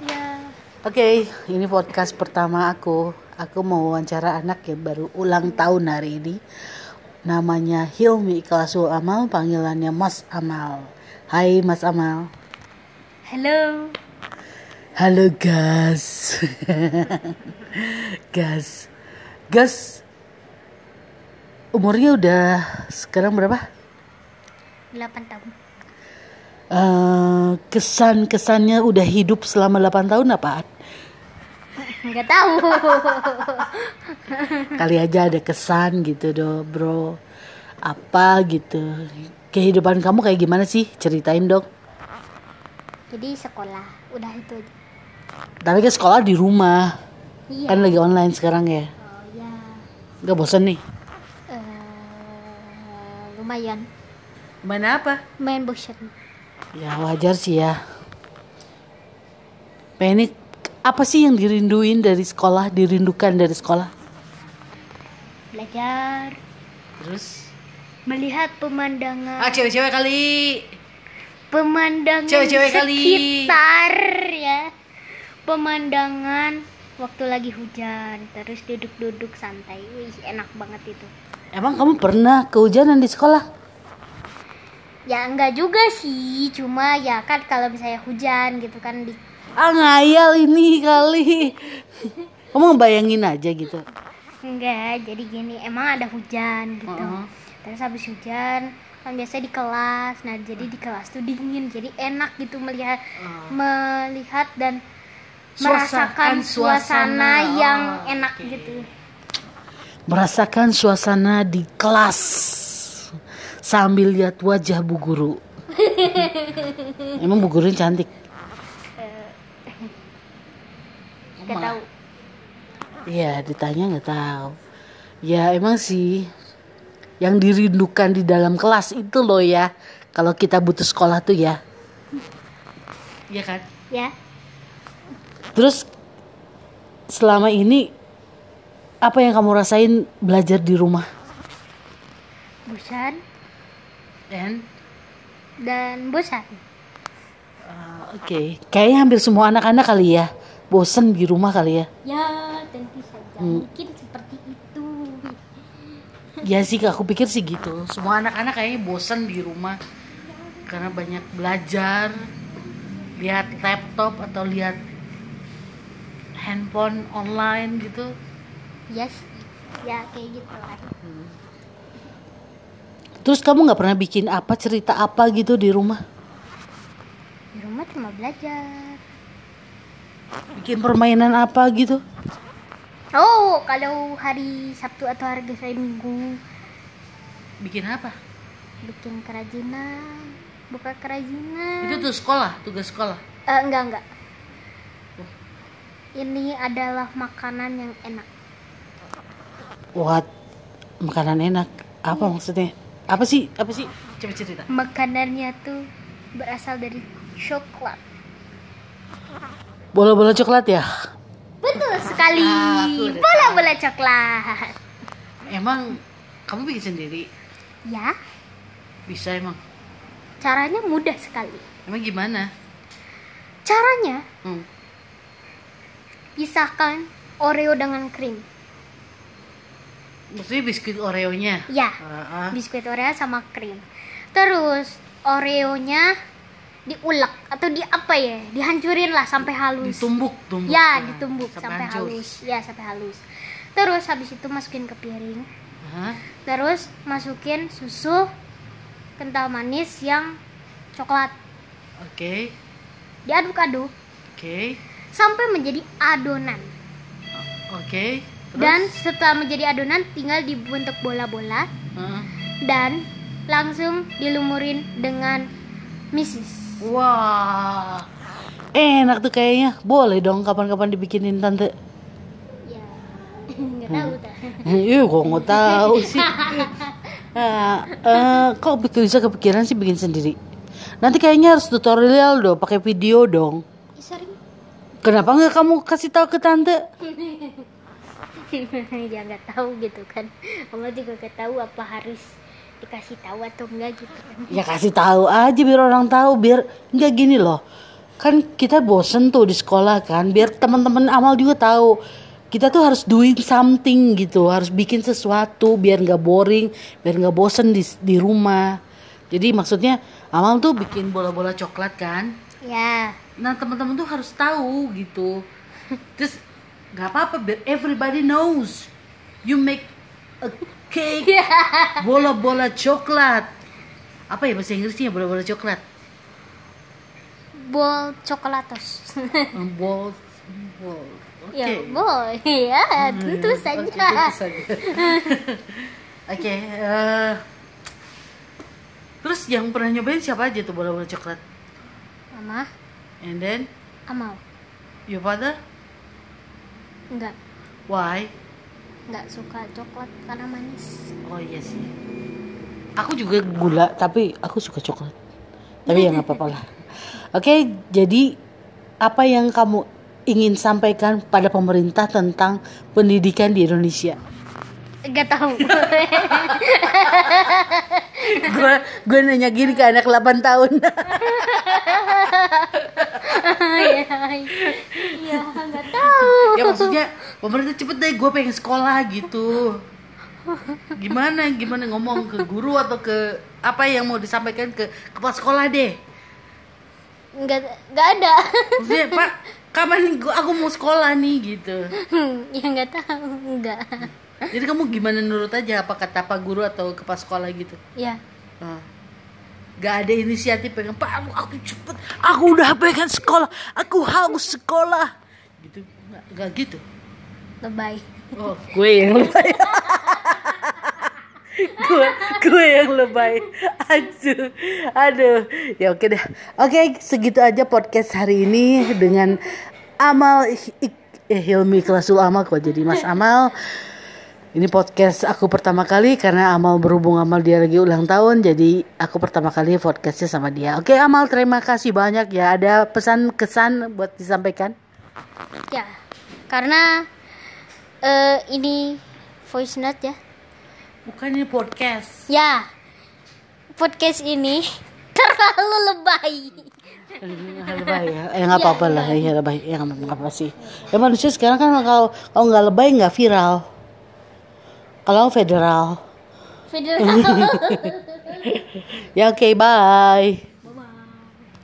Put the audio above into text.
Ya. Oke, ini podcast pertama aku. Aku mau wawancara anak yang baru ulang tahun hari ini. Namanya Hilmi Ikhlasul Amal, panggilannya Mas Amal. Hai Mas Amal. Halo. Halo Gas. Gas. Umurnya udah sekarang berapa? 8 tahun. Kesan-kesannya udah hidup selama 8 tahun apaan? Enggak tahu. Kali aja ada kesan gitu bro. Apa gitu. Kehidupan kamu kayak gimana sih? Ceritain dong. Jadi sekolah, udah itu aja. Tapi kan sekolah di rumah. Iya. Kan lagi online sekarang ya. Oh ya. Gak bosen nih? Lumayan. Mana apa? Main bosan. Ya wajar sih ya. Ini apa sih yang dirindukan dari sekolah? Belajar, Terus? melihat pemandangan. Cewek-cewek kali. Pemandangan Cewek-cewek kali. sekitar ya. Pemandangan waktu lagi hujan, terus duduk-duduk santai. Wih, enak banget itu. Emang kamu pernah kehujanan di sekolah? Ya enggak juga sih, cuma ya kan kalau misalnya hujan gitu kan di Ngayal ini kali. Kamu ngebayangin aja gitu. enggak, jadi gini, emang ada hujan gitu. Terus habis hujan kan biasa di kelas. Nah, jadi di kelas tuh dingin, jadi enak gitu melihat dan merasakan suasana yang enak gitu. Merasakan suasana di kelas sambil lihat wajah Bu Guru. Emang Bu Guru cantik? Gak tahu. Iya, ditanya nggak tahu. Ya emang sih yang dirindukan di dalam kelas itu loh ya. Kalau kita butuh sekolah tuh ya. Iya kan? Ya, Terus selama ini apa yang kamu rasain belajar di rumah? bosan Dan bosan. Oke. Kayaknya hampir semua anak-anak kali ya bosen di rumah kali ya. Ya, tentu saja. Mungkin seperti itu. Ya sih, aku pikir sih gitu. Semua anak-anak kayaknya bosen di rumah karena banyak belajar, lihat laptop atau lihat handphone online gitu. Yes. Ya, kayak gitu lah. Terus kamu nggak pernah bikin cerita apa gitu di rumah? Di rumah cuma belajar. Bikin permainan apa gitu? Oh, kalau hari Sabtu atau hari Minggu Bikin apa? bikin kerajinan, buka kerajinan. Itu tuh tugas sekolah. Enggak. Ini adalah makanan yang enak. What? Makanan enak? Apa maksudnya? Apa sih? Coba cerita. Makanannya tuh berasal dari coklat. Bola-bola coklat ya? Betul sekali. Aku udah Bola-bola coklat. Emang kamu bikin sendiri? Ya, Bisa emang? caranya mudah sekali. Emang gimana? Caranya Hmm. pisahkan Oreo dengan krim. Maksudnya biskuit Oreo-nya? Ya, biskuit Oreo sama krim. Terus Oreonya diulek atau dihancurin lah sampai halus. Ditumbuk. Ya, ditumbuk sampai hancur. halus. Ya, sampai halus. Terus habis itu masukin ke piring. Hah? Terus masukin susu kental manis yang coklat. Oke. Diaduk-aduk sampai menjadi adonan. Oke. Terus? Dan setelah menjadi adonan tinggal dibentuk bola-bola dan langsung dilumurin dengan misis. Wah. Enak tuh kayaknya. Boleh dong kapan-kapan dibikinin tante. Ya, nggak tahu dah. Kok nggak tahu sih. Kok bisa kepikiran sih bikin sendiri? Nanti kayaknya harus tutorial dong, pakai video dong. Sering. Kenapa nggak kamu kasih tahu ke tante? Ya nggak tahu gitu kan. Kamu juga nggak tahu apa harus dikasih tahu atau enggak gitu kan. Ya kasih tahu aja biar orang tahu, biar nggak gini loh. kan kita bosen tuh di sekolah kan, biar teman-teman Amal juga tahu kita tuh harus doing something gitu, harus bikin sesuatu biar nggak boring, biar nggak bosen di rumah. Jadi maksudnya Amal tuh bikin bola-bola coklat kan. Ya. Nah teman-teman tuh harus tahu gitu. Terus nggak apa-apa, biar everybody knows you make a cake, bola-bola coklat. Apa ya bahasa Inggrisnya bola-bola coklat? Bol coklatos. Ball. Oke. Ya, boy. Ya, tentu saja. Oke, tentu saja. Oke, terus yang pernah nyobain siapa aja tuh bola-bola coklat? Mama, And then Amal. your father? Enggak suka coklat karena manis. Oh iya sih. Aku juga gula, tapi aku suka coklat. Tapi ya nggak apa-apa lah. Oke, jadi apa yang kamu ingin sampaikan pada pemerintah tentang pendidikan di Indonesia? Enggak tahu. Gue nanya gini ke anak 8 tahun. Iya, enggak tahu. Ya maksudnya pemerintah cepet deh, gue pengen sekolah gitu. Gimana ngomong ke guru atau ke apa yang mau disampaikan ke kepala sekolah deh. Enggak ada. Maksudnya Pak, kapan aku mau sekolah nih gitu. Ya enggak tahu, enggak. Jadi kamu gimana nurut aja apa kata Pak Guru atau kepala sekolah gitu? Ya. Gak ada inisiatif pengen Pak aku cepet, aku udah pengen sekolah, aku haus sekolah gitu, nggak gitu. Lebay. Oh gue yang lebay. gue yang lebay. Aduh ya oke deh. Oke, segitu aja podcast hari ini dengan Amal Hilmi Klasul Amal. Kok jadi Mas Amal. Ini podcast aku pertama kali karena Amal berhubung Amal dia lagi ulang tahun, jadi aku pertama kali podcastnya sama dia. Oke Amal, terima kasih banyak ya. Ada pesan kesan buat disampaikan? Ya, karena ini voice note ya. Bukan, ini podcast. Ya, podcast ini terlalu lebay. Lebay ya, nggak apa-apa lah ya, lebay ya nggak apa sih. Ya manusia sekarang kan kalau nggak lebay nggak viral. Kalau federal. Federal. Ya oke, bye.